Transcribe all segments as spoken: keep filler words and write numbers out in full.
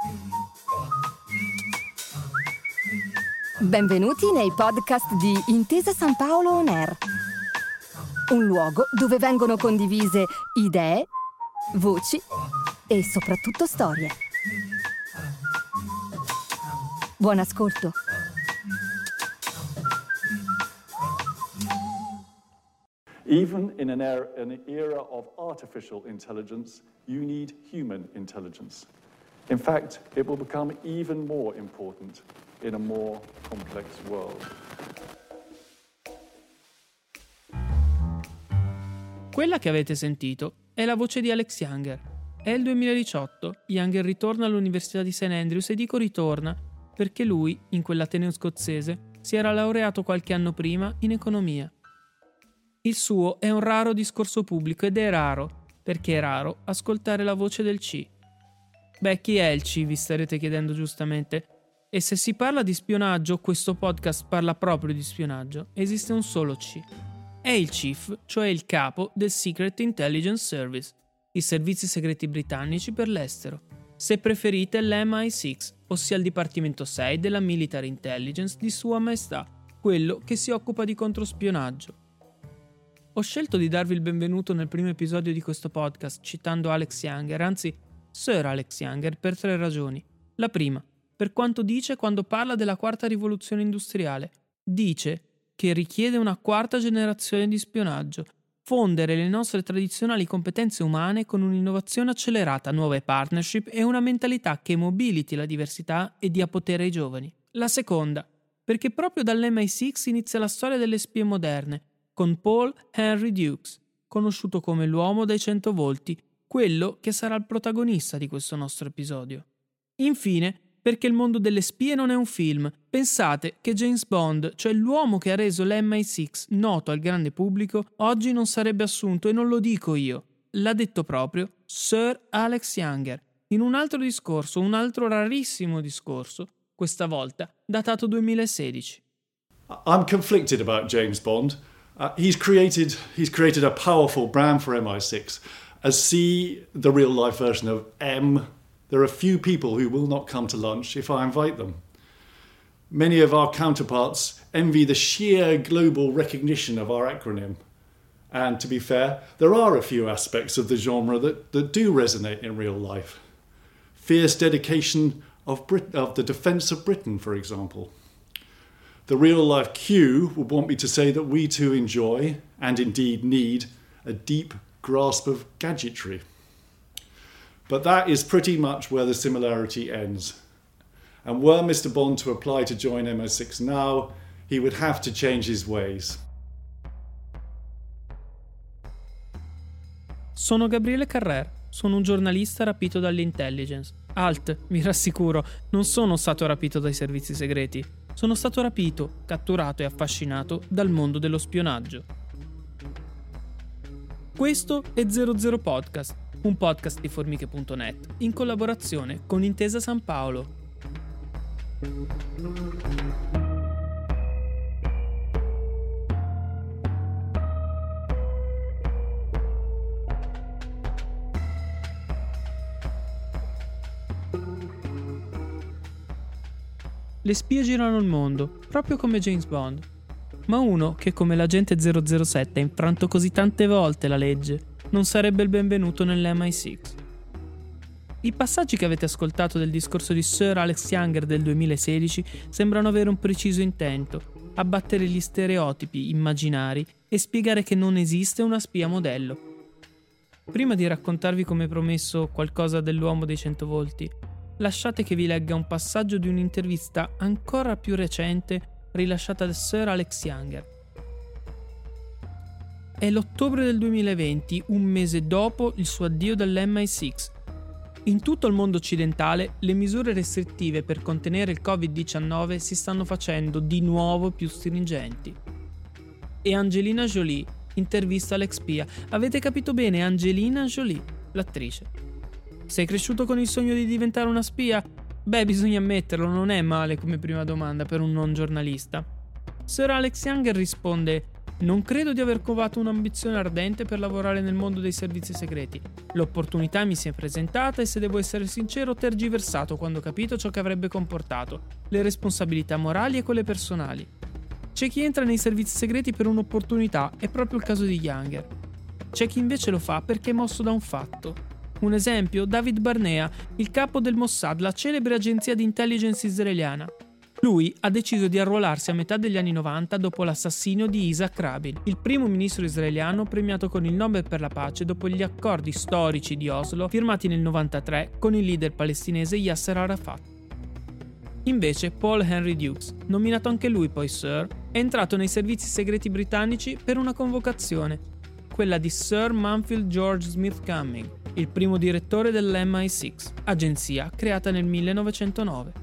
Benvenuti nei podcast di Intesa San Paolo On Air, un luogo dove vengono condivise idee, voci e soprattutto storie. Buon ascolto. Even in an era, an era of artificial intelligence, you need human intelligence. In fact, it will become even more important in a more complex world. Quella che avete sentito è la voce di Alex Younger. È il duemiladiciotto, Younger ritorna all'Università di Saint Andrews e dico ritorna perché lui, in quell'ateneo scozzese, si era laureato qualche anno prima in economia. Il suo è un raro discorso pubblico ed è raro, perché è raro ascoltare la voce del C. Beh, chi è il C, vi starete chiedendo giustamente. E se si parla di spionaggio, questo podcast parla proprio di spionaggio. Esiste un solo C. È il Chief, cioè il capo del Secret Intelligence Service, i servizi segreti britannici per l'estero. Se preferite l'M I sei, ossia il Dipartimento sei della Military Intelligence di Sua Maestà, quello che si occupa di controspionaggio. Ho scelto di darvi il benvenuto nel primo episodio di questo podcast citando Alex Younger, anzi Sir Alex Younger, per tre ragioni. La prima, per quanto dice quando parla della quarta rivoluzione industriale. Dice che richiede una quarta generazione di spionaggio, fondere le nostre tradizionali competenze umane con un'innovazione accelerata, nuove partnership e una mentalità che mobiliti la diversità e dia potere ai giovani. La seconda, perché proprio dall'M I sei inizia la storia delle spie moderne, con Paul Henry Dukes, conosciuto come l'uomo dai cento volti, quello che sarà il protagonista di questo nostro episodio. Infine, perché il mondo delle spie non è un film. Pensate che James Bond, cioè l'uomo che ha reso l'M I sei noto al grande pubblico, oggi non sarebbe assunto, e non lo dico io. L'ha detto proprio Sir Alex Younger, in un altro discorso, un altro rarissimo discorso, questa volta datato duemilasedici. I'm conflicted about James Bond. Uh, he's created he's created a powerful brand for M I six. As C, the real life version of M, there are few people who will not come to lunch if I invite them. Many of our counterparts envy the sheer global recognition of our acronym. And to be fair, there are a few aspects of the genre that, that do resonate in real life. Fierce dedication of, Brit- of the defence of Britain, for example. The real-life Q would want me to say that we too enjoy, and indeed need, a deep grasp of gadgetry. But that is pretty much where the similarity ends. And were Mister Bond to apply to join M I six now, he would have to change his ways. Sono Gabriele Carrer, sono un giornalista rapito dall'intelligence. Alt, vi rassicuro, non sono stato rapito dai servizi segreti. Sono stato rapito, catturato e affascinato dal mondo dello spionaggio. Questo è zero zero Podcast, un podcast di formiche punto net in collaborazione con Intesa San Paolo. Le spie girano il mondo, proprio come James Bond. Ma uno che come l'agente zero zero sette ha infranto così tante volte la legge non sarebbe il benvenuto nell'M I sei. I passaggi che avete ascoltato del discorso di Sir Alex Younger del duemilasedici sembrano avere un preciso intento: abbattere gli stereotipi immaginari e spiegare che non esiste una spia modello. Prima di raccontarvi come promesso qualcosa dell'uomo dei cento volti, lasciate che vi legga un passaggio di un'intervista ancora più recente rilasciata da Sir Alex Younger. È l'ottobre del duemilaventi, un mese dopo il suo addio dall'M I sei. In tutto il mondo occidentale le misure restrittive per contenere il covid diciannove si stanno facendo di nuovo più stringenti. E Angelina Jolie intervista l'ex spia. Avete capito bene, Angelina Jolie, l'attrice. Sei cresciuto con il sogno di diventare una spia? Beh, bisogna ammetterlo, non è male come prima domanda per un non giornalista. Sir Alex Younger risponde: Non credo di aver covato un'ambizione ardente per lavorare nel mondo dei servizi segreti. L'opportunità mi si è presentata e, se devo essere sincero, ho tergiversato quando ho capito ciò che avrebbe comportato, le responsabilità morali e quelle personali. C'è chi entra nei servizi segreti per un'opportunità, è proprio il caso di Younger. C'è chi invece lo fa perché è mosso da un fatto. Un esempio, David Barnea, il capo del Mossad, la celebre agenzia di intelligence israeliana. Lui ha deciso di arruolarsi a metà degli anni novanta dopo l'assassinio di Isaac Rabin, il primo ministro israeliano premiato con il Nobel per la pace dopo gli accordi storici di Oslo firmati nel novantatré con il leader palestinese Yasser Arafat. Invece Paul Henry Dukes, nominato anche lui poi Sir, è entrato nei servizi segreti britannici per una convocazione, quella di Sir Mansfield George Smith Cumming, il primo direttore dell'M I sei, agenzia creata nel millenovecentonove.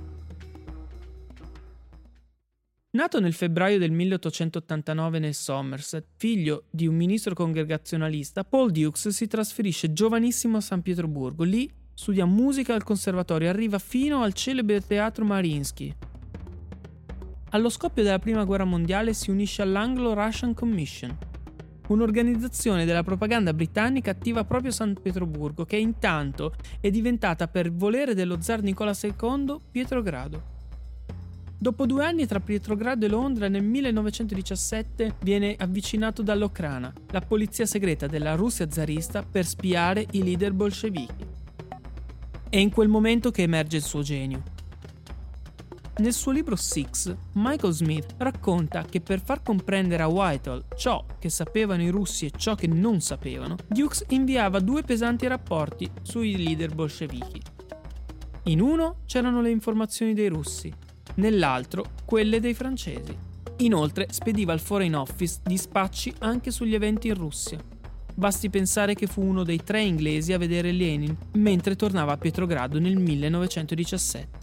Nato nel febbraio del milleottocentottantanove nel Somerset, figlio di un ministro congregazionalista, Paul Dukes si trasferisce giovanissimo a San Pietroburgo. Lì studia musica al conservatorio e arriva fino al celebre teatro Mariinsky. Allo scoppio della Prima Guerra Mondiale si unisce all'Anglo-Russian Commission, un'organizzazione della propaganda britannica attiva proprio a San Pietroburgo, che intanto è diventata, per volere dello zar Nicola secondo, Pietrogrado. Dopo due anni tra Pietrogrado e Londra, nel millenovecentodiciassette viene avvicinato dall'Okrana, la polizia segreta della Russia zarista, per spiare i leader bolscevichi. È in quel momento che emerge il suo genio. Nel suo libro Six, Michael Smith racconta che per far comprendere a Whitehall ciò che sapevano i russi e ciò che non sapevano, Dukes inviava due pesanti rapporti sui leader bolscevichi. In uno c'erano le informazioni dei russi, nell'altro quelle dei francesi. Inoltre spediva al Foreign Office dispacci anche sugli eventi in Russia. Basti pensare che fu uno dei tre inglesi a vedere Lenin mentre tornava a Pietrogrado nel millenovecentodiciassette.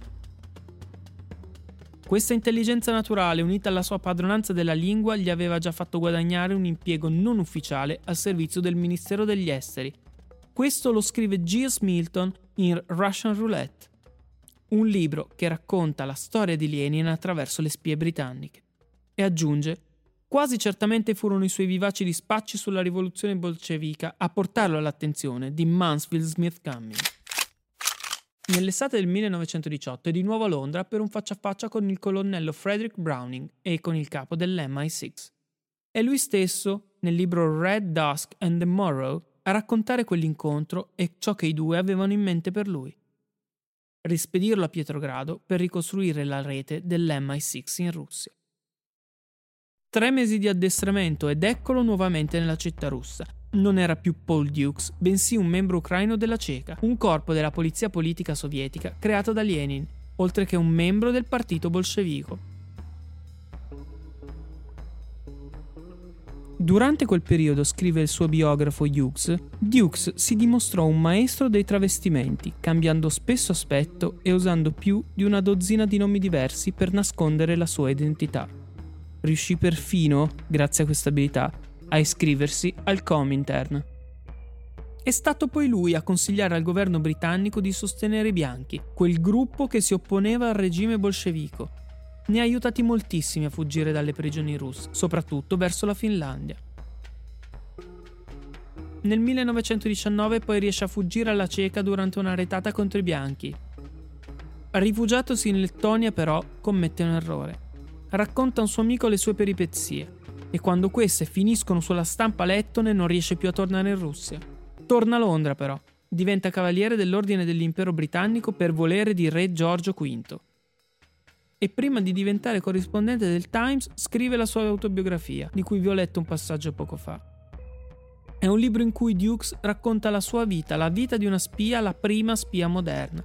Questa intelligenza naturale, unita alla sua padronanza della lingua, gli aveva già fatto guadagnare un impiego non ufficiale al servizio del Ministero degli Esteri. Questo lo scrive Giles Milton in Russian Roulette, un libro che racconta la storia di Lenin attraverso le spie britanniche. E aggiunge: quasi certamente furono i suoi vivaci dispacci sulla rivoluzione bolscevica a portarlo all'attenzione di Mansfield Smith Cumming. Nell'estate del millenovecentodiciotto è di nuovo a Londra per un faccia a faccia con il colonnello Frederick Browning e con il capo dell'M I sei. È lui stesso, nel libro Red Dusk and the Morrow, a raccontare quell'incontro e ciò che i due avevano in mente per lui: rispedirlo a Pietrogrado per ricostruire la rete dell'M I sei in Russia. Tre mesi di addestramento ed eccolo nuovamente nella città russa. Non era più Paul Dukes, bensì un membro ucraino della Ceca, un corpo della polizia politica sovietica creato da Lenin, oltre che un membro del partito bolscevico. Durante quel periodo, scrive il suo biografo Hughes, Dukes si dimostrò un maestro dei travestimenti, cambiando spesso aspetto e usando più di una dozzina di nomi diversi per nascondere la sua identità. Riuscì perfino, grazie a questa abilità, a iscriversi al Comintern. È stato poi lui a consigliare al governo britannico di sostenere i bianchi, quel gruppo che si opponeva al regime bolscevico. Ne ha aiutati moltissimi a fuggire dalle prigioni russe, soprattutto verso la Finlandia. Nel millenovecentodiciannove poi riesce a fuggire alla Ceca durante una retata contro i bianchi. Rifugiatosi in Lettonia, però, commette un errore. Racconta a un suo amico le sue peripezie e quando queste finiscono sulla stampa lettone non riesce più a tornare in Russia. Torna a Londra, però. Diventa cavaliere dell'Ordine dell'Impero Britannico per volere di re Giorgio quinto. E prima di diventare corrispondente del Times scrive la sua autobiografia, di cui vi ho letto un passaggio poco fa. È un libro in cui Dukes racconta la sua vita, la vita di una spia, la prima spia moderna.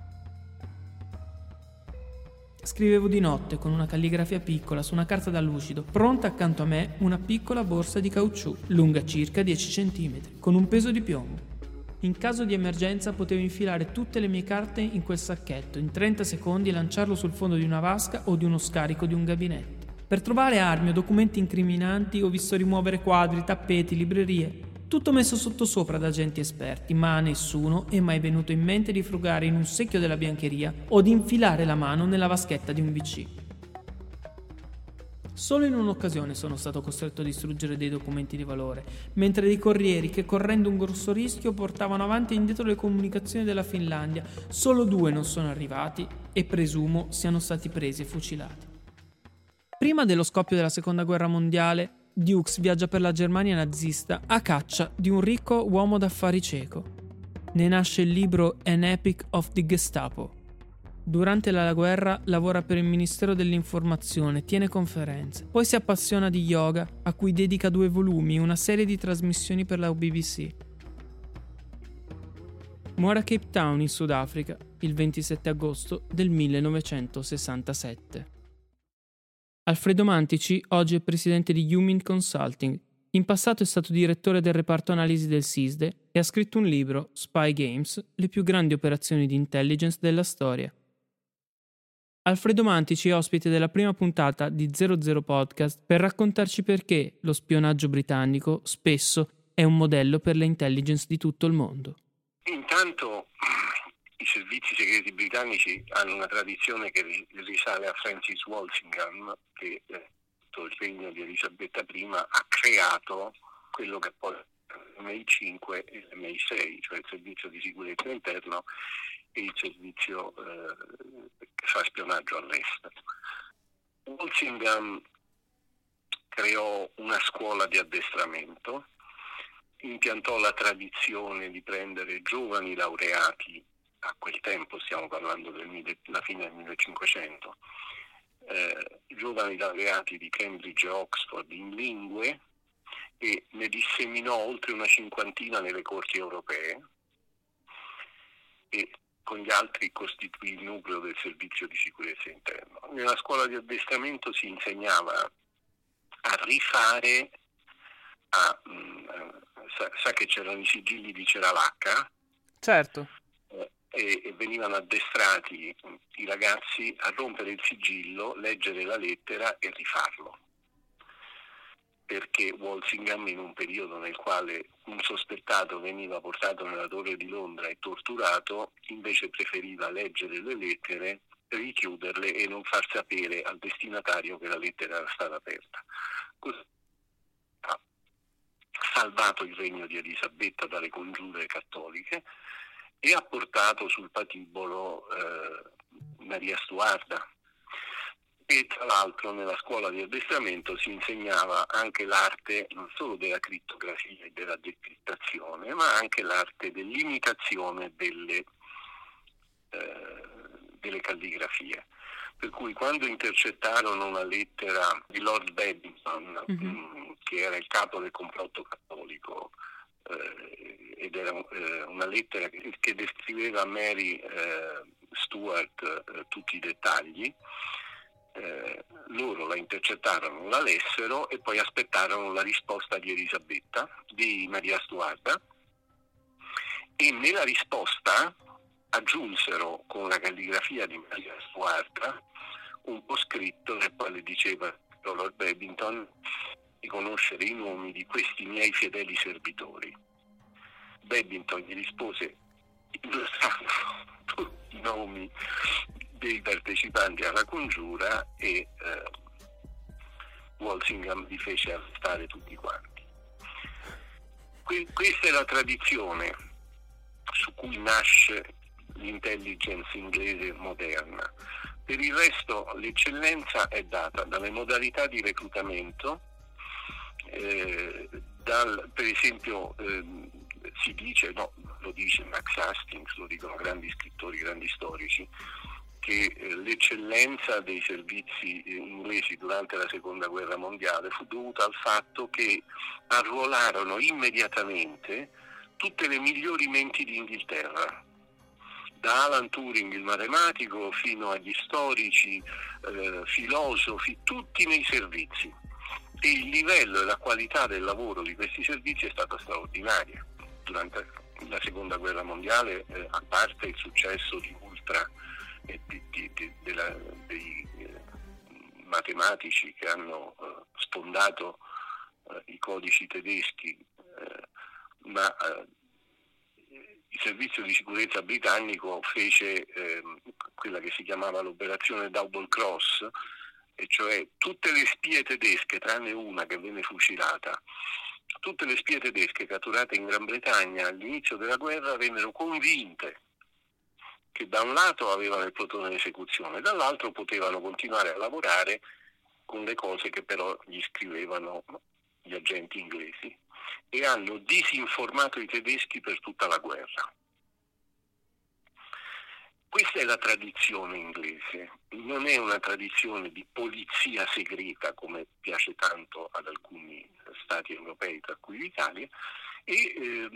Scrivevo di notte con una calligrafia piccola su una carta da lucido, pronta accanto a me una piccola borsa di caucciù, lunga circa dieci centimetri, con un peso di piombo. In caso di emergenza potevo infilare tutte le mie carte in quel sacchetto, in trenta secondi e lanciarlo sul fondo di una vasca o di uno scarico di un gabinetto. Per trovare armi o documenti incriminanti ho visto rimuovere quadri, tappeti, librerie, tutto messo sottosopra da agenti esperti, ma a nessuno è mai venuto in mente di frugare in un secchio della biancheria o di infilare la mano nella vaschetta di un V C. Solo in un'occasione sono stato costretto a distruggere dei documenti di valore, mentre dei corrieri che, correndo un grosso rischio, portavano avanti e indietro le comunicazioni della Finlandia, solo due non sono arrivati e presumo siano stati presi e fucilati. Prima dello scoppio della Seconda Guerra Mondiale, Dukes viaggia per la Germania nazista a caccia di un ricco uomo d'affari ceco. Ne nasce il libro An Epic of the Gestapo. Durante la guerra lavora per il Ministero dell'Informazione, tiene conferenze, poi si appassiona di yoga, a cui dedica due volumi e una serie di trasmissioni per la B B C. Muore a Cape Town in Sudafrica il ventisette agosto del millenovecentosessantasette. Alfredo Mantici oggi è presidente di Humin Consulting. In passato è stato direttore del reparto analisi del SISDE e ha scritto un libro, Spy Games, le più grandi operazioni di intelligence della storia. Alfredo Mantici è ospite della prima puntata di zero zero Podcast per raccontarci perché lo spionaggio britannico spesso è un modello per le intelligence di tutto il mondo. Intanto i servizi segreti britannici hanno una tradizione che risale a Francis Walsingham, che eh, il regno di Elisabetta prima ha creato quello che poi M I cinque e M I sei, cioè il servizio di sicurezza interno e il servizio eh, che fa spionaggio all'est. Walsingham creò una scuola di addestramento, impiantò la tradizione di prendere giovani laureati, a quel tempo stiamo parlando della fine del millecinquecento, eh, giovani laureati di Cambridge e Oxford in lingue, e ne disseminò oltre una cinquantina nelle corti europee, e con gli altri costituì il nucleo del servizio di sicurezza interno. Nella scuola di addestramento si insegnava a rifare, a, mh, sa, sa che c'erano i sigilli di Ceralacca? Certo. Eh, e, e venivano addestrati mh, i ragazzi a rompere il sigillo, leggere la lettera e rifarlo. Perché Walsingham, in un periodo nel quale un sospettato veniva portato nella Torre di Londra e torturato, invece preferiva leggere le lettere, richiuderle e non far sapere al destinatario che la lettera era stata aperta. Così ha salvato il regno di Elisabetta dalle congiure cattoliche e ha portato sul patibolo eh, Maria Stuarda. E tra l'altro nella scuola di addestramento si insegnava anche l'arte non solo della crittografia e della decrittazione, ma anche l'arte dell'imitazione delle, eh, delle calligrafie. Per cui quando intercettarono una lettera di Lord Babington, mm-hmm. mh, che era il capo del complotto cattolico, eh, ed era eh, una lettera che, che descriveva a Mary eh, Stuart eh, tutti i dettagli, Eh, loro la intercettarono, la lessero e poi aspettarono la risposta di Elisabetta, di Maria Stuarda, e nella risposta aggiunsero con la calligrafia di Maria Stuarda un po' scritto nel quale diceva Lord Babington di conoscere i nomi di questi miei fedeli servitori. Babington gli rispose illustrando tutti i nomi dei partecipanti alla congiura e eh, Walsingham li fece arrestare tutti quanti. Que- questa è la tradizione su cui nasce l'intelligence inglese moderna. Per il resto l'eccellenza è data dalle modalità di reclutamento, eh, dal, per esempio eh, si dice, no, lo dice Max Hastings, lo dicono grandi scrittori, grandi storici, che l'eccellenza dei servizi inglesi durante la Seconda Guerra Mondiale fu dovuta al fatto che arruolarono immediatamente tutte le migliori menti di Inghilterra, da Alan Turing il matematico fino agli storici, eh, filosofi, tutti nei servizi. E il livello e la qualità del lavoro di questi servizi è stata straordinaria. Durante la Seconda Guerra Mondiale, eh, a parte il successo di Ultra e di, di, di, della, dei eh, matematici che hanno eh, sfondato eh, i codici tedeschi, eh, ma eh, il servizio di sicurezza britannico fece eh, quella che si chiamava l'operazione Double Cross, e cioè tutte le spie tedesche, tranne una che venne fucilata, tutte le spie tedesche catturate in Gran Bretagna all'inizio della guerra vennero convinte che da un lato avevano il plotone di esecuzione, dall'altro potevano continuare a lavorare con le cose che però gli scrivevano gli agenti inglesi, e hanno disinformato i tedeschi per tutta la guerra. Questa è la tradizione inglese, non è una tradizione di polizia segreta come piace tanto ad alcuni stati europei, tra cui l'Italia, e eh,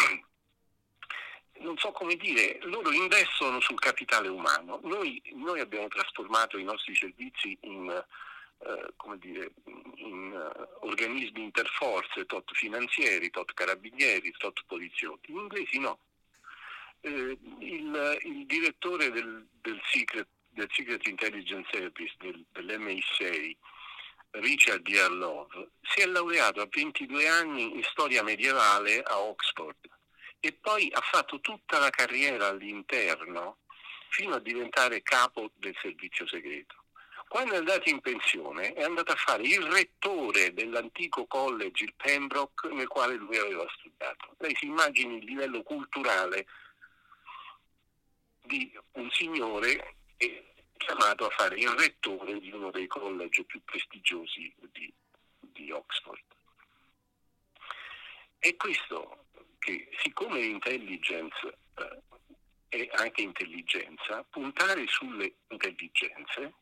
non so come dire, loro investono sul capitale umano. Noi, noi abbiamo trasformato i nostri servizi in, eh, come dire, in uh, organismi interforze, tot finanzieri, tot carabinieri, tot poliziotti. Gli inglesi no. Eh, il, il direttore del, del, Secret, del Secret Intelligence Service, del, dell'M I sei, Richard D. Love, si è laureato a ventidue anni in storia medievale a Oxford e poi ha fatto tutta la carriera all'interno fino a diventare capo del servizio segreto. Quando è andato in pensione è andato a fare il rettore dell'antico college, il Pembroke, nel quale lui aveva studiato. Lei si immagini il livello culturale di un signore chiamato a fare il rettore di uno dei college più prestigiosi di, di Oxford. È questo che, siccome l'intelligence eh, è anche intelligenza, puntare sulle intelligenze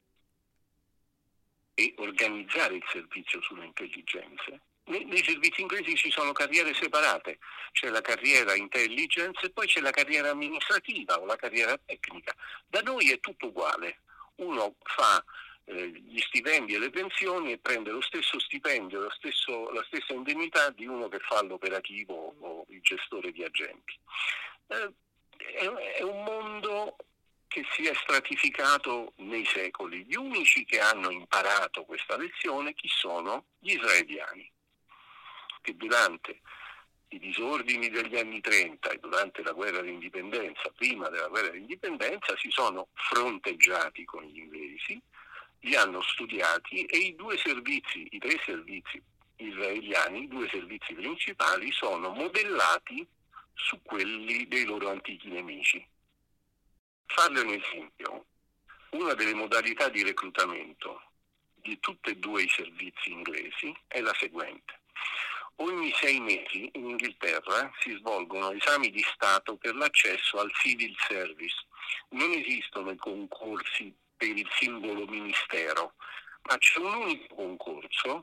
e organizzare il servizio sulle intelligenze. Nei, nei servizi inglesi ci sono carriere separate, c'è la carriera intelligence e poi c'è la carriera amministrativa o la carriera tecnica. Da noi è tutto uguale, uno fa eh, gli stipendi e le pensioni e prende lo stesso stipendio, lo stesso, la stessa indennità di uno che fa l'operativo o il gestore di agenti. Eh, è, è un mondo che si è stratificato nei secoli. Gli unici che hanno imparato questa lezione chi sono? Gli israeliani, che durante i disordini degli anni trenta e durante la guerra d'indipendenza, prima della guerra d'indipendenza, si sono fronteggiati con gli inglesi, li hanno studiati e i due servizi, i tre servizi israeliani, i due servizi principali, sono modellati su quelli dei loro antichi nemici. Farle un esempio, una delle modalità di reclutamento di tutti e due i servizi inglesi è la seguente. Ogni sei mesi in Inghilterra si svolgono esami di Stato per l'accesso al civil service. Non esistono i concorsi per il singolo ministero, ma c'è un unico concorso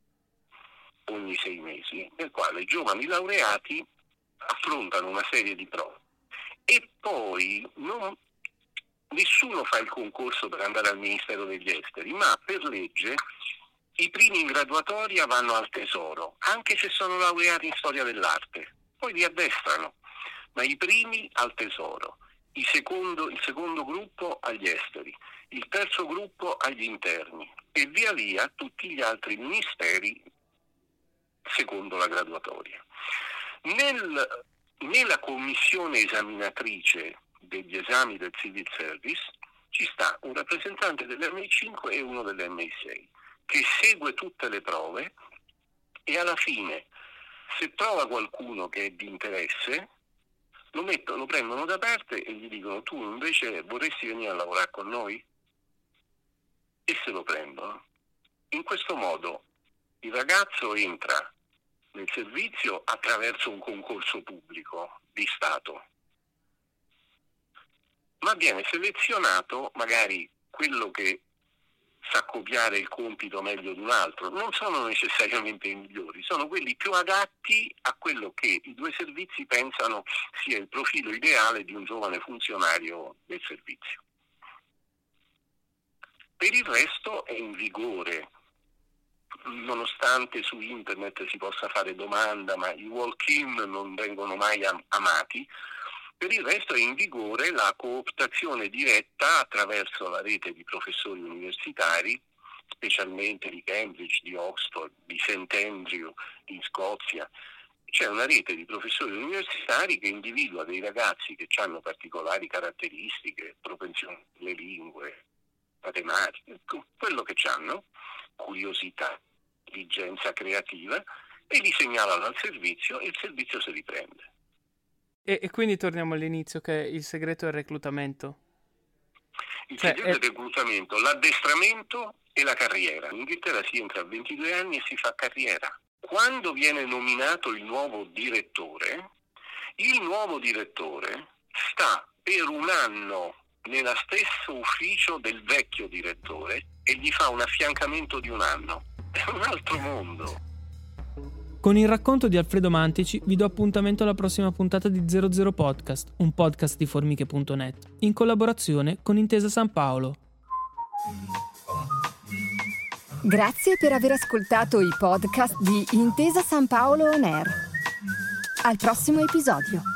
ogni sei mesi nel quale i giovani laureati affrontano una serie di prove e poi non, nessuno fa il concorso per andare al Ministero degli Esteri, ma per legge i primi in graduatoria vanno al Tesoro, anche se sono laureati in storia dell'arte, poi li addestrano, ma i primi al Tesoro, il secondo, il secondo gruppo agli esteri, il terzo gruppo agli interni e via via tutti gli altri ministeri secondo la graduatoria. Nel, nella commissione esaminatrice degli esami del Civil Service ci sta un rappresentante dell'M I cinque e uno dell'M I sei che segue tutte le prove e alla fine, se trova qualcuno che è di interesse, lo mettono, lo prendono da parte e gli dicono: tu invece vorresti venire a lavorare con noi? E se lo prendono. In questo modo il ragazzo entra nel servizio attraverso un concorso pubblico di Stato, ma viene selezionato magari quello che sa copiare il compito meglio di un altro. Non sono necessariamente i migliori, sono quelli più adatti a quello che i due servizi pensano sia il profilo ideale di un giovane funzionario del servizio. Per il resto è in vigore, nonostante su internet si possa fare domanda, ma i walk-in non vengono mai am- amati, per il resto è in vigore la cooptazione diretta attraverso la rete di professori universitari, specialmente di Cambridge, di Oxford, di Saint Andrew in Scozia. C'è una rete di professori universitari che individua dei ragazzi che hanno particolari caratteristiche, propensione alle lingue, matematiche, quello che hanno, curiosità, intelligenza creativa, e li segnalano al servizio e il servizio si riprende. E, e quindi torniamo all'inizio, che il segreto è il reclutamento. Il Cioè, segreto è... è il reclutamento, l'addestramento e la carriera. In Inghilterra si entra a ventidue anni e si fa carriera. Quando viene nominato il nuovo direttore, il nuovo direttore sta per un anno nello stesso ufficio del vecchio direttore e gli fa un affiancamento di un anno. È un altro mondo. Con il racconto di Alfredo Mantici vi do appuntamento alla prossima puntata di zero zero Podcast, un podcast di formiche punto net, in collaborazione con Intesa San Paolo. Grazie per aver ascoltato i podcast di Intesa San Paolo On Air. Al prossimo episodio.